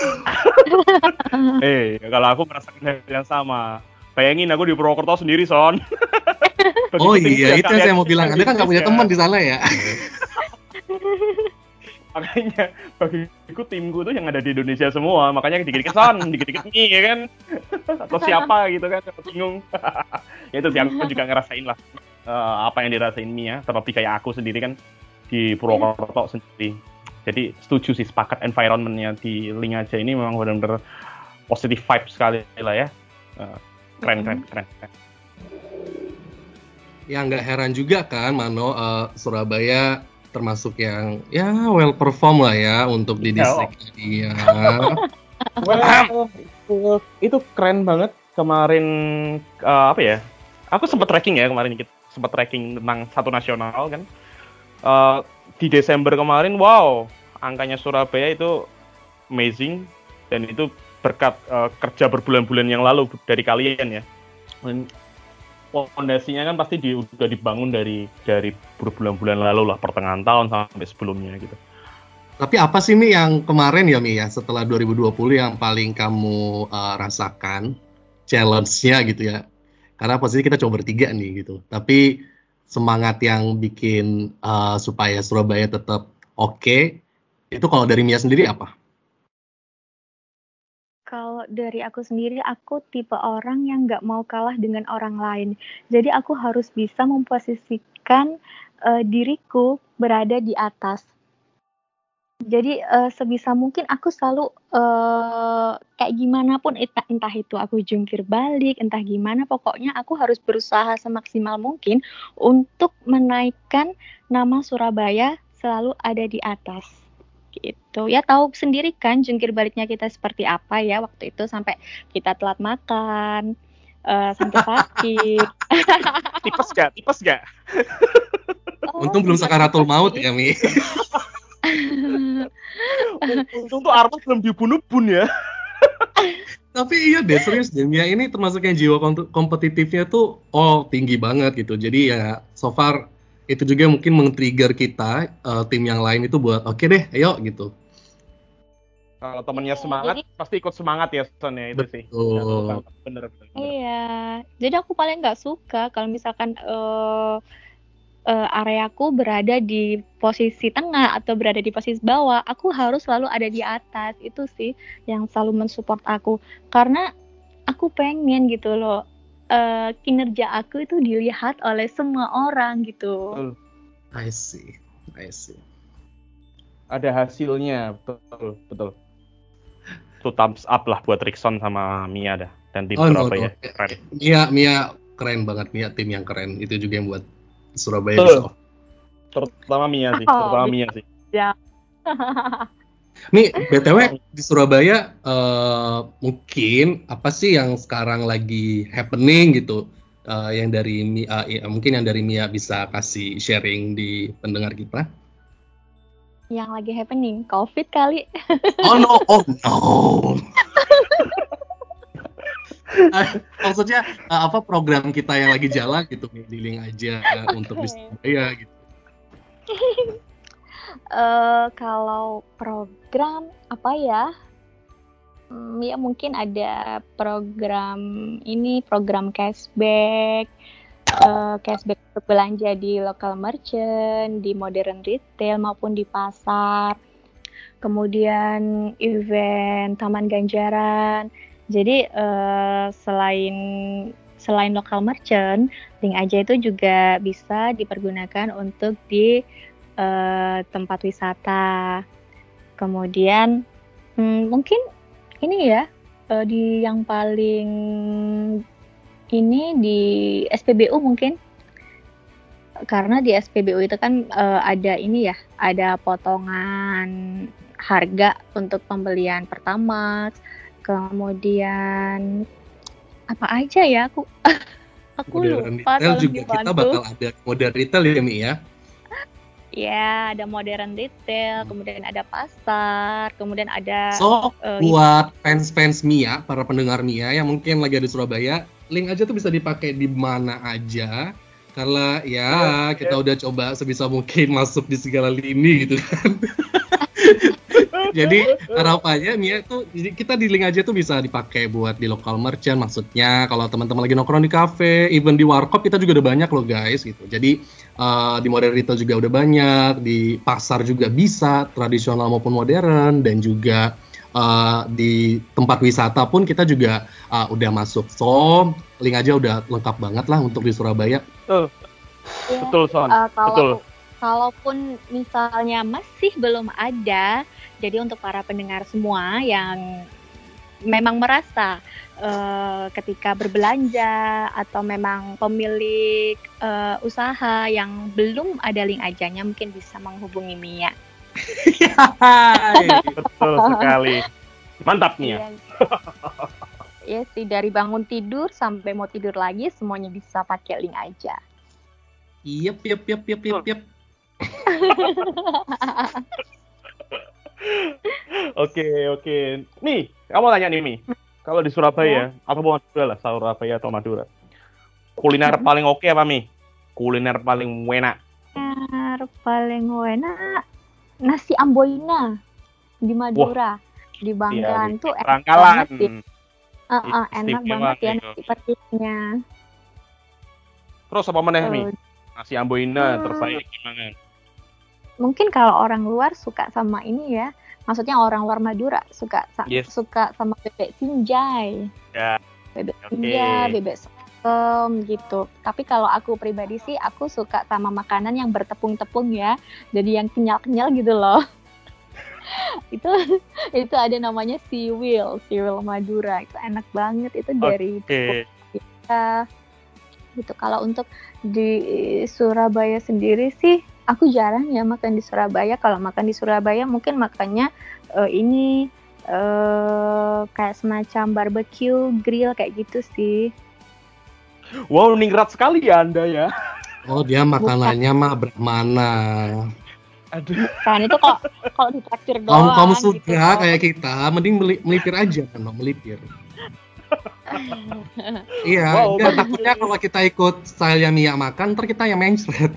Eh, kalau aku merasakan hal yang sama. Bayangin aku di Purwokerto sendiri, Son. Oh Begitu iya, tinggi itu yang saya mau kalian bilang. di Anda kan nggak punya Indonesia. teman di sana ya? Makanya bagiku timku tuh yang ada di Indonesia semua. Makanya dikit-dikit Son, dikit-dikit Mi ya kan. Atau siapa gitu kan, aku bingung. Ya itu sih aku juga ngerasain lah eh, apa yang dirasain Mi ya. Terlebih kayak aku sendiri kan di Purwokerto sendiri. Jadi setuju sih, sepakat environment-nya di Link aja ini memang benar-benar positive vibe sekali lah ya. Eh, keren, keren, keren, keren. Ya nggak heran juga kan Mano, eh, Surabaya termasuk yang ya well perform lah ya untuk di Ya, distriknya dia. Well, itu, itu keren banget kemarin eh, apa ya? Aku sempat tracking ya kemarin dikit, sempat tracking tentang satu nasional kan. Eh, di Desember kemarin, wow, angkanya Surabaya itu amazing dan itu berkat eh, kerja berbulan-bulan yang lalu dari kalian ya. Dan fondasinya kan pasti di, udah dibangun dari dari berbulan-bulan lalu lah, pertengahan tahun sampai sebelumnya gitu. Tapi apa sih Mi yang kemarin ya Mi ya setelah dua ribu dua puluh yang paling kamu uh, rasakan challenge-nya gitu ya? Karena posisi kita coba bertiga nih gitu. Tapi semangat yang bikin uh, supaya Surabaya tetap oke, itu kalau dari Mia sendiri apa? Kalau dari aku sendiri, aku tipe orang yang nggak mau kalah dengan orang lain. Jadi aku harus bisa memposisikan eh, diriku berada di atas. Jadi eh, sebisa mungkin aku selalu eh, kayak gimana pun entah, entah itu aku jungkir balik, entah gimana, pokoknya aku harus berusaha semaksimal mungkin untuk menaikkan nama Surabaya selalu ada di atas. Gitu. Ya tahu sendiri kan jungkir baliknya kita seperti apa ya waktu itu, sampai kita telat makan, uh, sampai sakit. Tipes gak? Tipes gak? Oh, Untung belum bukan sakaratul tipes maut sih. ya, Mi. Untung tuh Armas belum dibunuh bun ya. Tapi iya deh, serius deh, Mia ini termasuk yang jiwa kom- kompetitifnya tuh oh tinggi banget gitu. Jadi ya so far itu juga mungkin men-trigger kita, uh, tim yang lain itu buat oke deh, ayo gitu. Kalau temennya Iya, semangat, jadi pasti ikut semangat ya, Son ya, itu sih. Betul. Bener, bener, bener. iya. Jadi aku paling nggak suka kalau misalkan eh eh, areaku berada di posisi tengah atau berada di posisi bawah, aku harus selalu ada di atas. Itu sih yang selalu mensupport aku. Karena aku pengen gitu loh, eh, kinerja aku itu dilihat oleh semua orang gitu. Betul. I see, I see. Ada hasilnya, betul, betul. Tuh thumbs up lah buat Rickson sama Mia dah. Dan tim Oh no, Surabaya. no. Keren. Mia, Mia keren banget, Mia tim yang keren. Itu juga yang buat Surabaya Betul. bisa off. Terutama Mia sih, Oh, terutama bisa. Mia sih. Ya. Mi, B T W di Surabaya eh, mungkin apa sih yang sekarang lagi happening gitu? Eh, yang dari Mia, ya, mungkin yang dari Mia bisa kasih sharing di pendengar kita. Yang lagi happening, COVID kali. Oh no, oh no. Eh, Maksudnya eh, apa program kita yang lagi jalan gitu, Mi, di link aja eh, untuk di Surabaya gitu. Eh, kalau program apa ya? Hmm, ya mungkin ada program ini, program cashback, eh, cashback untuk belanja di local merchant, di modern retail maupun di pasar. Kemudian event Taman Ganjaran. Jadi eh, selain selain local merchant, link aja itu juga bisa dipergunakan untuk di eh, tempat wisata. Kemudian hmm, mungkin ini ya eh, di yang paling ini di S P B U mungkin, karena di S P B U itu kan eh, ada ini ya, ada potongan harga untuk pembelian Pertamax. Kemudian apa aja ya, aku aku Modern lupa, retail tolong juga kita dibantu. bakal ada modern retail ya, Mi ya. Ya, ada modern retail, kemudian ada pasar, kemudian ada So, eh, buat fans-fans Mia, para pendengar Mia yang mungkin lagi ada di Surabaya, link aja tuh bisa dipakai di mana aja. Karena ya kita udah coba sebisa mungkin masuk di segala lini gitu kan. Jadi harapannya Mia tuh, jadi kita di link aja tuh bisa dipakai buat di local merchant. Maksudnya kalau teman-teman lagi nongkrong di cafe, even di warkop kita juga udah banyak loh guys gitu. Jadi uh, di modern retail juga udah banyak, di pasar juga bisa, tradisional maupun modern, dan juga uh, di tempat wisata pun kita juga uh, udah masuk. So link aja udah lengkap banget lah untuk di Surabaya. Betul, ya, betul Son, eh, kalau betul. kalaupun misalnya masih belum ada, jadi untuk para pendengar semua yang memang merasa uh, ketika berbelanja atau memang pemilik uh, usaha yang belum ada link ajanya, mungkin bisa menghubungi Mia. Betul sekali. Mantap Mia. Iya. Iya sih, dari bangun tidur sampai mau tidur lagi semuanya bisa pakai link aja. Yep, yep, yep, yep, yep, yep. Oke, oke. Nih, kamu tanya nih, Mi. Kalau di Surabaya, atau Madura lah, Surabaya atau Madura. Kuliner paling oke apa, Mi? Kuliner paling enak. Kuliner paling enak nasi Amboina di Madura, di Bangkalan. Iya, tuh enak Bangkalan. banget sih. Uh, uh, enak Istimewa banget ya nih, nasi petisnya. Terus apa meneh, Mi? Uh, Nasi Amboina, Hmm. terus saya gimana? Mungkin kalau orang luar suka sama ini ya, maksudnya orang luar Madura suka sa- Yes. suka sama bebek sinjai. Ya, Bebek oke. sinjai, bebek sokem gitu. Tapi kalau aku pribadi sih aku suka sama makanan yang bertepung-tepung ya. Jadi yang kenyal-kenyal gitu loh. itu itu ada namanya siwil, siwil Madura. Itu enak banget, itu dari Oke. kita gitu. Kalau untuk di Surabaya sendiri sih Aku jarang ya makan di Surabaya. Kalau makan di Surabaya mungkin makannya eh, ini eh kayak semacam barbecue, grill kayak gitu sih. Wow, ningrat sekali ya Anda ya. Oh, dia makanannya mah Brahmana. Aduh. Kan itu kok kalau ditraktir Kamu doang kamu gitu. suka kayak kita, mending meli- melipir aja kan, no, melipir. Iya, Wow, dia bagus. takutnya kalau kita ikut style Mia makan, ntar kita yang mencret.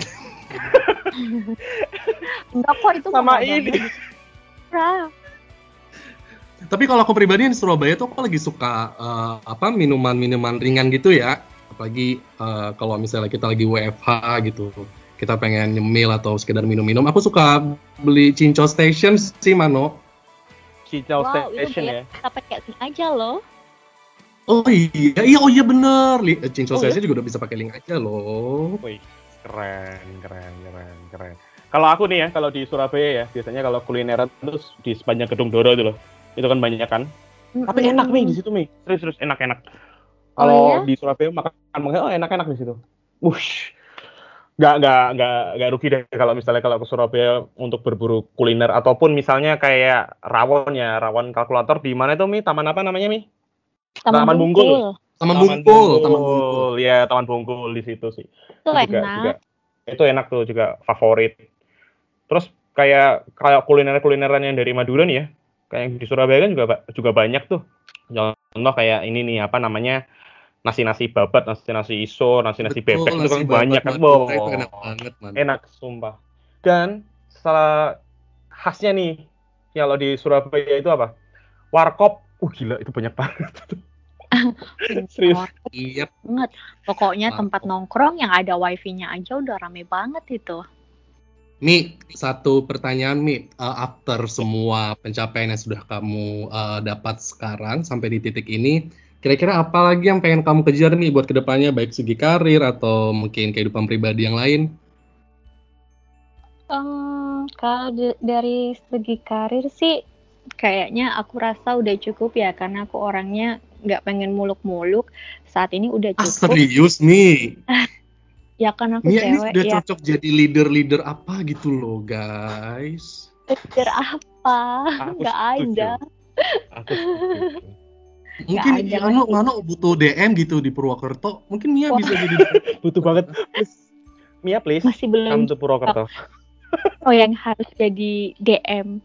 Enggak kok itu Sama nggak ini. banget. Nah, Tapi kalau aku pribadi di Surabaya tuh aku lagi suka eh, apa minuman-minuman ringan gitu ya. Apalagi eh, kalau misalnya kita lagi W F H gitu, kita pengen nyemil atau sekedar minum-minum. Aku suka beli Cinco Station sih, Mano. Cicau wow, itu Station ya. bayar kita pakai link aja loh. Oh iya, iya, oh iya bener. Li- Cinco Oh, Station juga udah bisa pakai link aja loh. Wih, keren, keren, keren, keren. Kalau aku nih ya, kalau di Surabaya ya, biasanya kalau kulineran terus di sepanjang Gedung Doro itu loh. Itu kan banyak kan. Tapi Mm-mm. enak nih di situ nih. Serius-serius enak-enak. Oh, Kalau iya? di Surabaya makan makan oh enak-enak di situ. Wush. Nggak, nggak, nggak, nggak rugi deh kalau misalnya kalau ke Surabaya untuk berburu kuliner ataupun misalnya kayak rawon ya, rawon kalkulator di mana itu Mi? Taman apa namanya Mi? Taman Taman Bungkul. Taman Bungkul, Taman Bungkul. Ya, Taman Bungkul di situ sih. Itu Itu juga, enak. juga itu enak tuh juga favorit. Terus kayak kayak kuliner-kulineran yang dari Madura nih ya, kayak yang di Surabaya kan juga ba- juga banyak tuh. Contoh kayak ini nih apa namanya nasi-nasi babat, nasi-nasi iso, nasi-nasi Betul, bebek itu nasi kan babat banyak kan. Madura Wow, itu enak banget, man. enak sumpah. Dan salah khasnya nih kalau di Surabaya itu apa? Warkop. Uh gila itu banyak banget. Serius. Iya, Banget. Pokoknya Wow. tempat nongkrong yang ada wifi-nya aja udah rame banget itu. Mi, satu pertanyaan Mi, Uh, after semua pencapaian yang sudah kamu uh, dapat sekarang sampai di titik ini, kira-kira apa lagi yang pengen kamu kejar Mi buat kedepannya, baik segi karir atau mungkin kehidupan pribadi yang lain? Em, kalau di- dari segi karir sih kayaknya aku rasa udah cukup ya karena aku orangnya nggak pengen muluk-muluk. Saat ini udah Ah, cukup. serius Mi? Ya kan aku Mia ini cewek sudah ya. cocok jadi leader-leader apa gitu loh, guys. Leader apa? Aku Nggak setuju. ada. Aku setuju. Mungkin ada Anu, lagi. Anu butuh D M gitu di Purwokerto. Mungkin Mia Wah. bisa jadi Butuh banget. Please. Mia please. Masih belum. Come to Purwokerto. Oh, yang harus jadi D M.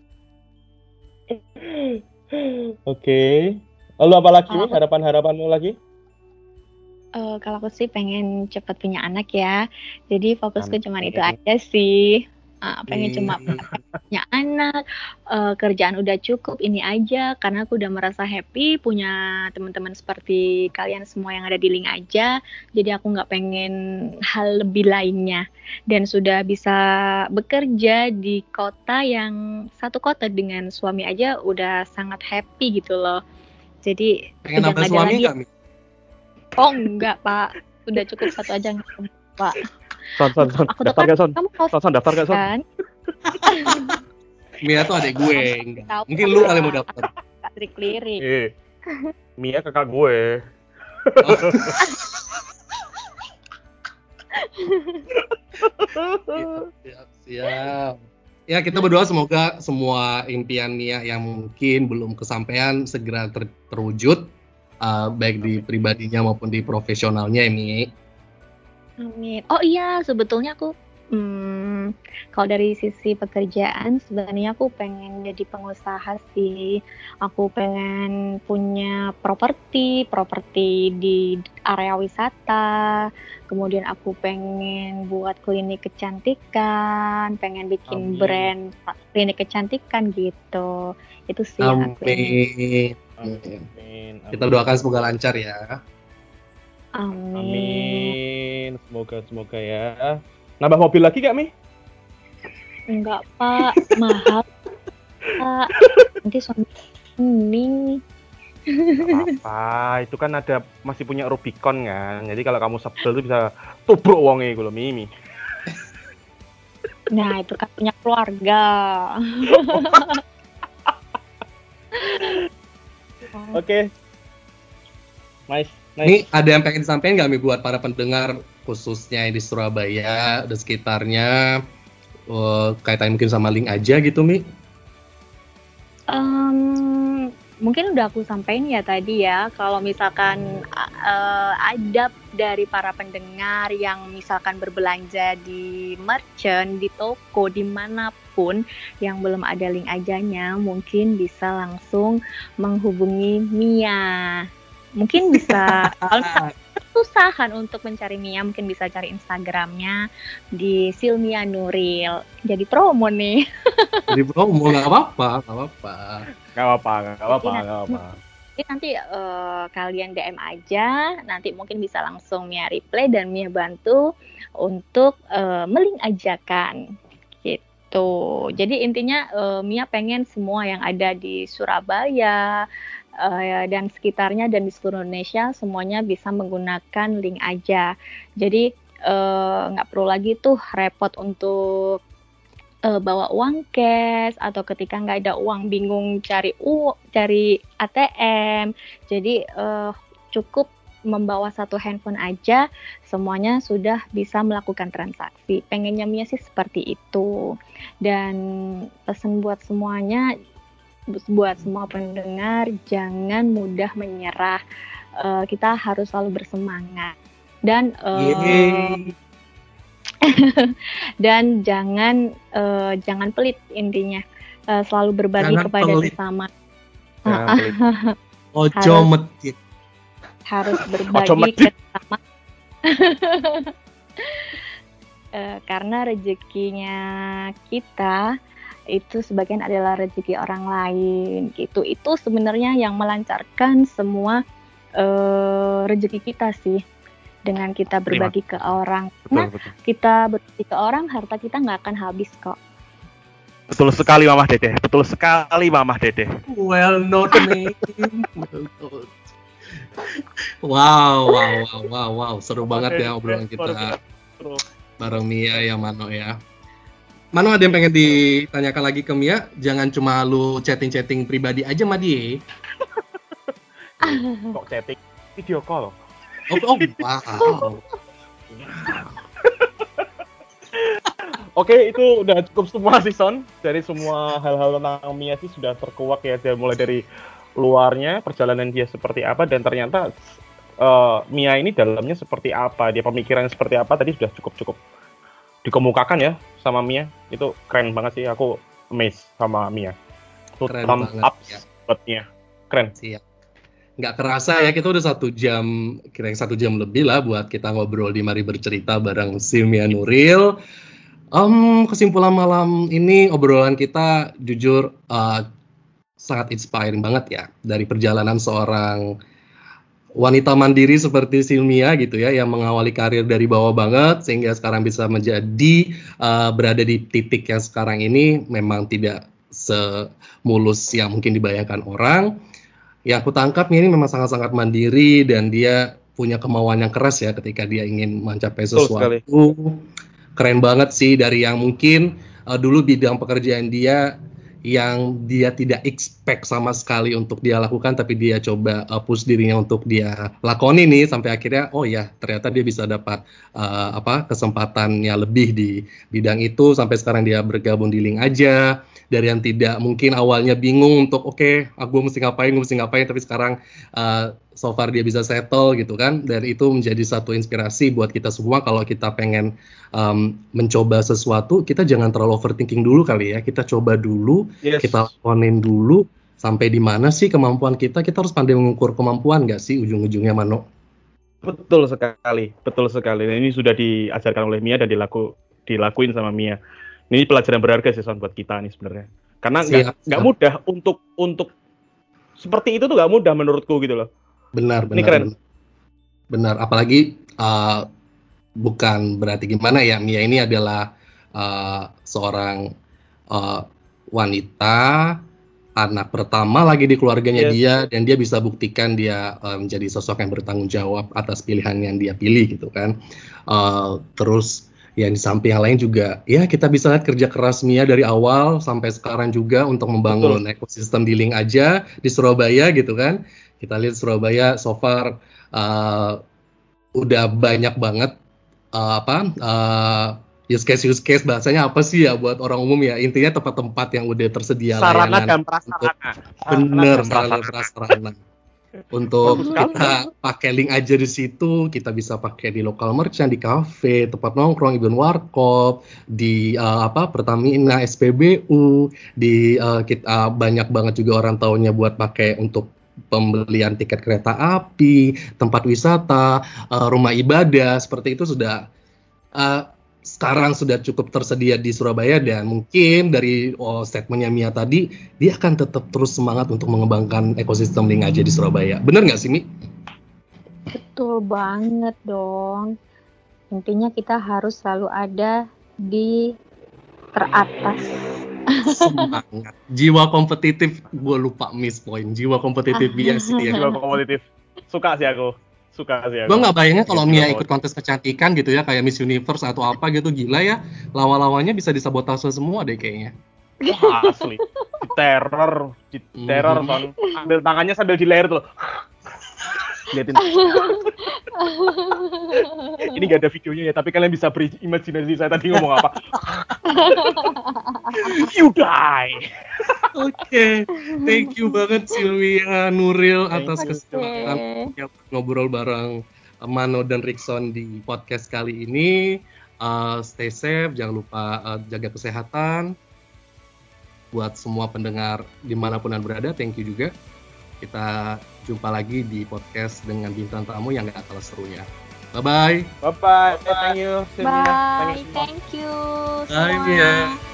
Oke. Lalu apa lagi Kalau nih aku- harapan-harapanmu lagi? Eh, kalau aku sih pengen cepet punya anak ya. Jadi fokusku Amin. cuma itu aja sih. Ah, pengen cuma Hmm. punya anak, eh, kerjaan udah cukup ini aja karena aku udah merasa happy punya teman-teman seperti kalian semua yang ada di link aja. Jadi aku nggak pengen hal lebih lainnya dan sudah bisa bekerja di kota yang satu kota dengan suami aja udah sangat happy gitu loh. Jadi pengen udah nambah nggak ada suami lagi. nggak Mi? Oh enggak Pak, udah cukup satu aja nggak apa, Pak. Son, son, son. Aku tuh Daftar kan gak, son? kamu tahu Son, son, daftar gak, son? kan? Mia tuh adik gue. Kamu tahu Mungkin kan, lu Pak. kali mau daftar. Kak trik lirik. Eh, Mia kakak gue. Siap, siap. Ya, kita berdoa semoga semua impian Mia yang mungkin belum kesampaian segera ter- terwujud, uh, baik di pribadinya maupun di profesionalnya ya, Mi. Amin. Oh iya, sebetulnya aku hmm, kalau dari sisi pekerjaan sebenarnya aku pengen jadi pengusaha sih. Aku pengen punya properti, properti di area wisata. Kemudian aku pengen buat klinik kecantikan, pengen bikin Amin. brand klinik kecantikan gitu. Itu sih yang aku ingin. Amin. Amin. Kita doakan semoga lancar ya. Amin. Amin. Semoga, semoga ya. Nambah mobil lagi gak, Mi? Enggak, Pak. Mahal, Pak. Nanti suami ini. Gak apa-apa. Itu kan ada masih punya Rubicon kan. Jadi kalau kamu sebel tuh bisa tubruk wonge iku lho, Mimi. Nah, itu kan punya keluarga. Oke. Nice, Ini ada yang pengen disampaikan nggak Mi buat para pendengar khususnya di Surabaya dan sekitarnya uh, kaitan mungkin sama link aja gitu Mi? Um, mungkin udah aku sampaikan ya tadi ya, kalau misalkan uh, ada dari para pendengar yang misalkan berbelanja di merchant, di toko, dimanapun yang belum ada link ajanya, mungkin bisa langsung menghubungi Mia. Mungkin bisa kalau misalkan kesusahan untuk mencari Mia, mungkin bisa cari Instagramnya di Silmia Nuril. Jadi promo nih. Jadi promo nggak apa-apa, nggak apa-apa. Nggak apa-apa, nggak apa-apa, Jadi nggak apa. Jadi nanti uh, kalian D M aja, nanti mungkin bisa langsung Mia reply dan Mia bantu untuk uh, melink ajakan gitu. Jadi intinya uh, Mia pengen semua yang ada di Surabaya uh, dan sekitarnya dan di seluruh Indonesia semuanya bisa menggunakan link aja. Jadi nggak uh, perlu lagi tuh repot untuk Uh, bawa uang cash atau ketika nggak ada uang bingung cari u cari A T M. Jadi uh, cukup membawa satu handphone aja semuanya sudah bisa melakukan transaksi. Pengennya Mia sih seperti itu. Dan pesan buat semuanya, buat semua pendengar, jangan mudah menyerah. Uh, kita harus selalu bersemangat dan uh, dan jangan uh, jangan pelit intinya, uh, selalu berbagi Jangan kepada pelit. sesama. Jangan pelit. Ojo Harus- medit. Harus Ojo berbagi medit. ke sesama. Eh, karena rezekinya kita itu sebagian adalah rezeki orang lain gitu. Itu sebenarnya yang melancarkan semua eh, rezeki kita sih, dengan kita berbagi ke orang. Betul, Nah, betul. kita berbagi ke orang, harta kita nggak akan habis kok. Betul sekali Mamah Dedeh. Betul sekali Mamah Dedeh. Well noted. Wow, wow, wow, wow, wow, seru banget ya obrolan kita bareng Mia ya Mano ya. Mano, ada yang pengen ditanyakan lagi ke Mia? Jangan cuma lu chatting-chatting pribadi aja Madi. Kok chatting video call? Oh, oh wow. Oke, itu udah cukup semua sih Son. Dari semua hal-hal tentang Mia sih sudah terkuak ya, dari mulai dari luarnya, perjalanan dia seperti apa, dan ternyata uh, Mia ini dalamnya seperti apa, dia pemikirannya seperti apa, tadi sudah cukup-cukup dikemukakan ya sama Mia. Itu keren banget sih, aku amazed sama Mia. Itu Keren thumbs banget, up ya. buat Mia. Keren. Siap. Nggak kerasa ya, kita udah satu jam, kira-kira satu jam lebih lah buat kita ngobrol di Mari Bercerita bareng Silmia Nuril. Um, kesimpulan malam ini, obrolan kita jujur uh, sangat inspiring banget ya. Dari perjalanan seorang wanita mandiri seperti Silmia gitu ya, yang mengawali karir dari bawah banget, sehingga sekarang bisa menjadi, uh, berada di titik yang sekarang ini, memang tidak semulus yang mungkin dibayangkan orang. Yang aku tangkap ini memang sangat-sangat mandiri dan dia punya kemauan yang keras ya ketika dia ingin mencapai Betul sesuatu. sekali. Keren banget sih, dari yang mungkin uh, dulu bidang pekerjaan dia yang dia tidak expect sama sekali untuk dia lakukan, tapi dia coba uh, push dirinya untuk dia lakoni nih, sampai akhirnya oh ya ternyata dia bisa dapat uh, apa kesempatannya lebih di bidang itu, sampai sekarang dia bergabung di Link aja. Dari yang tidak mungkin awalnya bingung untuk oke, okay, aku mesti ngapain, gue mesti ngapain, tapi sekarang uh, so far dia bisa settle gitu kan. Dan itu menjadi satu inspirasi buat kita semua kalau kita pengen um, mencoba sesuatu, kita jangan terlalu overthinking dulu kali ya. Kita coba dulu, Yes. kita lakonin dulu sampai di mana sih kemampuan kita. Kita harus pandai mengukur kemampuan nggak sih ujung-ujungnya, Mano? Betul sekali, betul sekali. Dan ini sudah diajarkan oleh Mia dan dilaku dilakuin sama Mia. Ini pelajaran berharga sih Son buat kita nih sebenarnya. Karena nggak Siap, nggak siap. mudah untuk untuk seperti itu tuh nggak mudah menurutku gitu loh. Benar, Ini benar, keren. benar. Benar, apalagi uh, bukan berarti gimana ya, Mia ini adalah uh, seorang uh, wanita, anak pertama lagi di keluarganya Yes. dia, dan dia bisa buktikan dia uh, menjadi sosok yang bertanggung jawab atas pilihan yang dia pilih gitu kan. Uh, terus yang di samping yang lain juga, ya kita bisa lihat kerja keras Mia dari awal sampai sekarang juga untuk membangun ekosistem di Link aja di Surabaya gitu kan. Kita lihat Surabaya so far uh, udah banyak banget uh, apa uh, use case use case bahasanya apa sih ya buat orang umum ya, intinya tempat-tempat yang udah tersedia Sarana layanan dan untuk prasarana. bener Sarana dan sarana prasarana untuk Bagus sekali. kita pakai link aja di situ, kita bisa pakai di local merchant, di cafe, tempat nongkrong, even warkop, di uh, apa Pertamina, S P B U, di uh, kita banyak banget juga orang taunya buat pakai untuk pembelian tiket kereta api, tempat wisata, uh, rumah ibadah, seperti itu sudah uh, sekarang sudah cukup tersedia di Surabaya, dan mungkin dari oh, statementnya Mia tadi, dia akan tetap terus semangat untuk mengembangkan ekosistem link aja di Surabaya. Bener nggak sih, Mi? Betul banget dong. Intinya kita harus selalu ada di teratas. Semangat. Jiwa kompetitif, gue lupa miss point. Jiwa kompetitif biasa sih ya. Jiwa kompetitif. Suka sih aku. Suka sih aku. Gue nggak bayangin kalau Jiwa Mia kompetitif. ikut kontes kecantikan gitu ya, kayak Miss Universe atau apa gitu, gila ya. Lawan-lawannya bisa disabotase semua deh kayaknya. Wah, asli. Di teror, di teror, Mhm. Son. Ambil tangannya sambil di leher tuh. Liatin. Ini gak ada videonya ya, tapi kalian bisa berimajinasi saya tadi ngomong apa. You die. Oke, thank you banget Sylvia Nuril Thank atas you. kesempatannya ngobrol bareng Mano dan Rickson di podcast kali ini. Uh, stay safe, jangan lupa uh, jaga kesehatan. Buat semua pendengar dimanapun anda berada, thank you juga. Kita jumpa lagi di podcast dengan bintang tamu yang gak kalah serunya. Bye-bye. Bye-bye. Thank you. Sylvia. Thank Bye, you semua. thank you. Bye, semua. Mia.